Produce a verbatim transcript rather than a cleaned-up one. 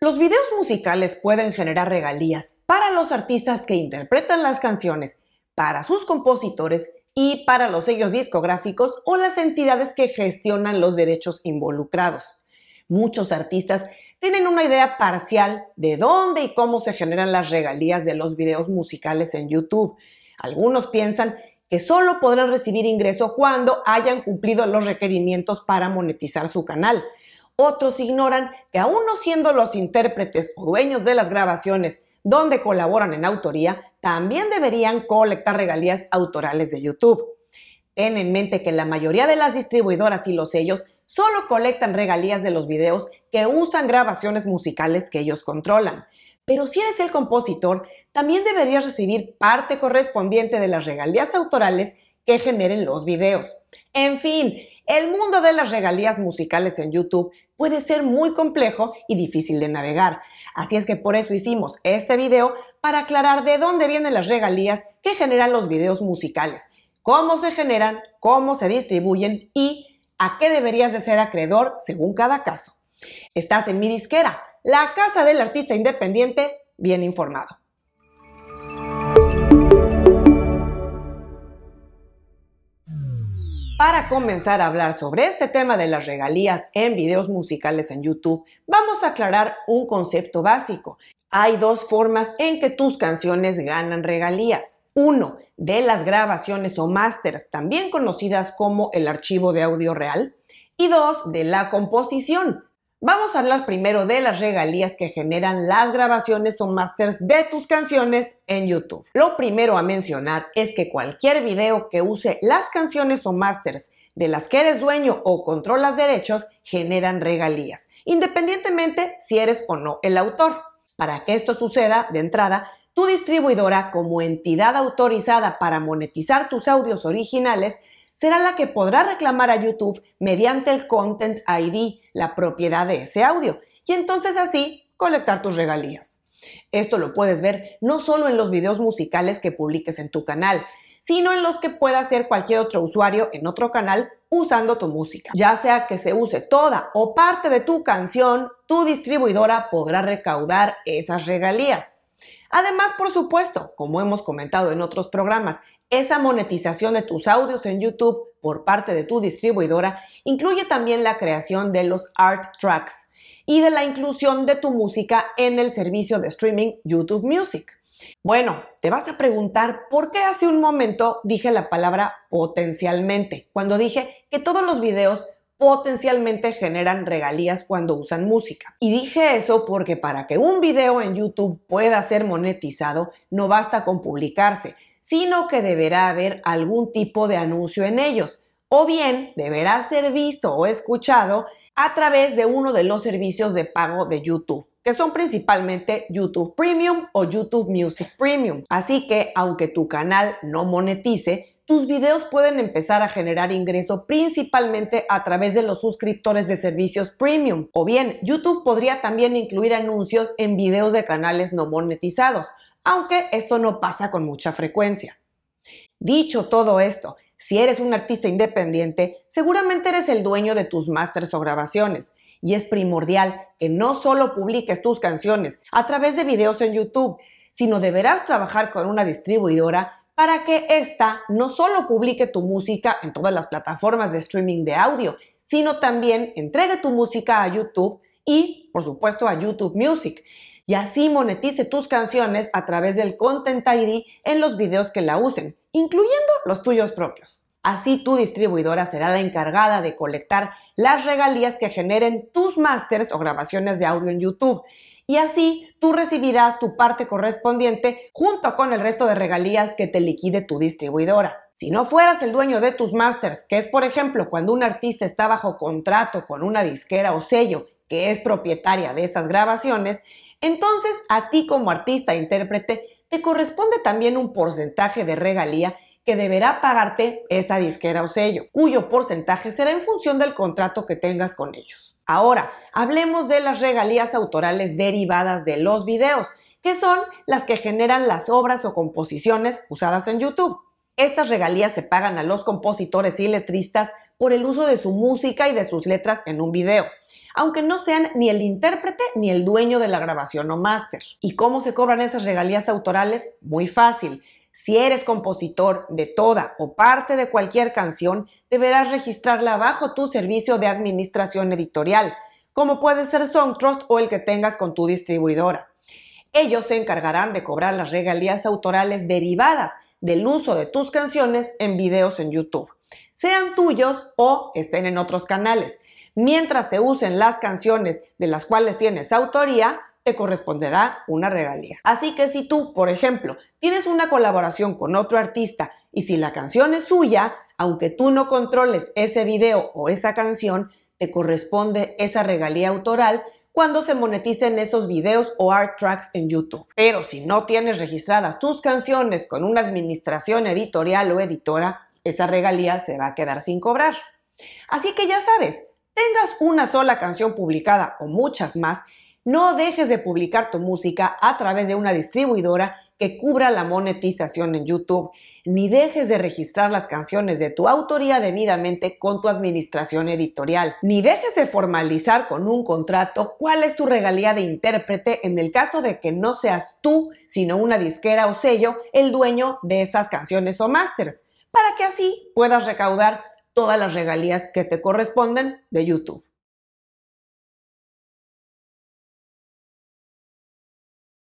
Los videos musicales pueden generar regalías para los artistas que interpretan las canciones, para sus compositores y para los sellos discográficos o las entidades que gestionan los derechos involucrados. Muchos artistas tienen una idea parcial de dónde y cómo se generan las regalías de los videos musicales en YouTube. Algunos piensan que solo podrán recibir ingreso cuando hayan cumplido los requerimientos para monetizar su canal. Otros ignoran que aún no siendo los intérpretes o dueños de las grabaciones donde colaboran en autoría, también deberían colectar regalías autorales de YouTube. Ten en mente que la mayoría de las distribuidoras y los sellos solo colectan regalías de los videos que usan grabaciones musicales que ellos controlan. Pero si eres el compositor, también deberías recibir parte correspondiente de las regalías autorales que generen los videos. En fin, el mundo de las regalías musicales en YouTube puede ser muy complejo y difícil de navegar. Así es que por eso hicimos este video para aclarar de dónde vienen las regalías que generan los videos musicales, cómo se generan, cómo se distribuyen y a qué deberías de ser acreedor según cada caso. Estás en Mi Disquera, la casa del artista independiente bien informado. Para comenzar a hablar sobre este tema de las regalías en videos musicales en YouTube, vamos a aclarar un concepto básico. Hay dos formas en que tus canciones ganan regalías. Uno, de las grabaciones o masters, también conocidas como el archivo de audio real. Y dos, de la composición. Vamos a hablar primero de las regalías que generan las grabaciones o masters de tus canciones en YouTube. Lo primero a mencionar es que cualquier video que use las canciones o masters de las que eres dueño o controlas derechos generan regalías, independientemente si eres o no el autor. Para que esto suceda, de entrada, tu distribuidora como entidad autorizada para monetizar tus audios originales será la que podrá reclamar a YouTube mediante el Content I D, la propiedad de ese audio, y entonces así colectar tus regalías. Esto lo puedes ver no solo en los videos musicales que publiques en tu canal, sino en los que pueda hacer cualquier otro usuario en otro canal usando tu música. Ya sea que se use toda o parte de tu canción, tu distribuidora podrá recaudar esas regalías. Además, por supuesto, como hemos comentado en otros programas, esa monetización de tus audios en YouTube por parte de tu distribuidora incluye también la creación de los art tracks y de la inclusión de tu música en el servicio de streaming YouTube Music. Bueno, te vas a preguntar por qué hace un momento dije la palabra potencialmente, cuando dije que todos los videos potencialmente generan regalías cuando usan música. Y dije eso porque para que un video en YouTube pueda ser monetizado, no basta con publicarse, sino que deberá haber algún tipo de anuncio en ellos, o bien deberá ser visto o escuchado a través de uno de los servicios de pago de YouTube, que son principalmente YouTube Premium o YouTube Music Premium. Así que, aunque tu canal no monetice, tus videos pueden empezar a generar ingreso principalmente a través de los suscriptores de servicios Premium. O bien, YouTube podría también incluir anuncios en videos de canales no monetizados, aunque esto no pasa con mucha frecuencia. Dicho todo esto, si eres un artista independiente, seguramente eres el dueño de tus masters o grabaciones, y es primordial que no solo publiques tus canciones a través de videos en YouTube, sino deberás trabajar con una distribuidora para que ésta no solo publique tu música en todas las plataformas de streaming de audio, sino también entregue tu música a YouTube y, por supuesto, a YouTube Music, y así monetice tus canciones a través del Content I D en los videos que la usen, incluyendo los tuyos propios. Así tu distribuidora será la encargada de colectar las regalías que generen tus masters o grabaciones de audio en YouTube, y así tú recibirás tu parte correspondiente junto con el resto de regalías que te liquide tu distribuidora. Si no fueras el dueño de tus masters, que es por ejemplo cuando un artista está bajo contrato con una disquera o sello que es propietaria de esas grabaciones, entonces a ti como artista e intérprete te corresponde también un porcentaje de regalía que deberá pagarte esa disquera o sello, cuyo porcentaje será en función del contrato que tengas con ellos. Ahora, hablemos de las regalías autorales derivadas de los videos, que son las que generan las obras o composiciones usadas en YouTube. Estas regalías se pagan a los compositores y letristas por el uso de su música y de sus letras en un video. aunque no sean ni el intérprete ni el dueño de la grabación o máster. ¿Y cómo se cobran esas regalías autorales? Muy fácil. Si eres compositor de toda o parte de cualquier canción, deberás registrarla bajo tu servicio de administración editorial, como puede ser Songtrust o el que tengas con tu distribuidora. Ellos se encargarán de cobrar las regalías autorales derivadas del uso de tus canciones en videos en YouTube, sean tuyos o estén en otros canales. Mientras se usen las canciones de las cuales tienes autoría, te corresponderá una regalía. Así que si tú, por ejemplo, tienes una colaboración con otro artista y si la canción es suya, aunque tú no controles ese video o esa canción, te corresponde esa regalía autoral cuando se moneticen esos videos o art tracks en YouTube. Pero si no tienes registradas tus canciones con una administración editorial o editora, esa regalía se va a quedar sin cobrar. Así que ya sabes, tengas una sola canción publicada o muchas más, no dejes de publicar tu música a través de una distribuidora que cubra la monetización en YouTube, ni dejes de registrar las canciones de tu autoría debidamente con tu administración editorial, ni dejes de formalizar con un contrato cuál es tu regalía de intérprete en el caso de que no seas tú, sino una disquera o sello, el dueño de esas canciones o másters, para que así puedas recaudar todas las regalías que te corresponden de YouTube.